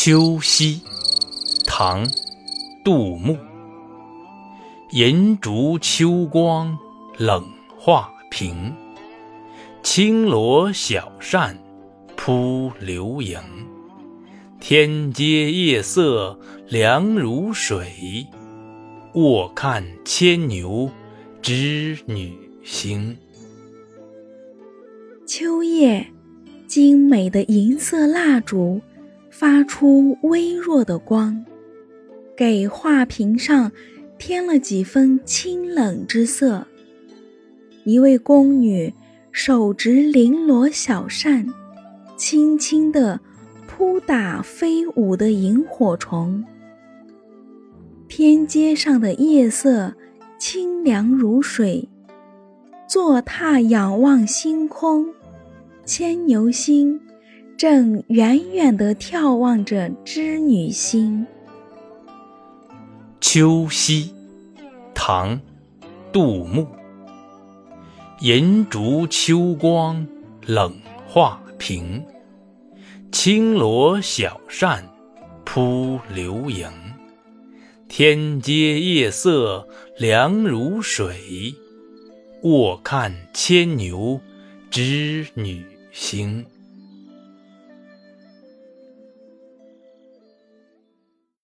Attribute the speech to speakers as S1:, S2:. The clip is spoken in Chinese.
S1: 秋夕，唐·杜牧。银烛秋光冷画屏，轻罗小扇扑流萤。天阶夜色凉如水，卧看牵牛织女星。
S2: 秋夜，精美的银色蜡烛发出微弱的光，给画屏上添了几分清冷之色。一位宫女手执绫罗小扇，轻轻地扑打飞舞的萤火虫。天阶上的夜色清凉如水，坐榻仰望星空，牵牛星正远远地眺望着织女星。
S1: 秋夕，唐·杜牧。银烛秋光冷画屏，轻罗小扇扑流萤。天阶夜色凉如水，卧看牵牛织女星。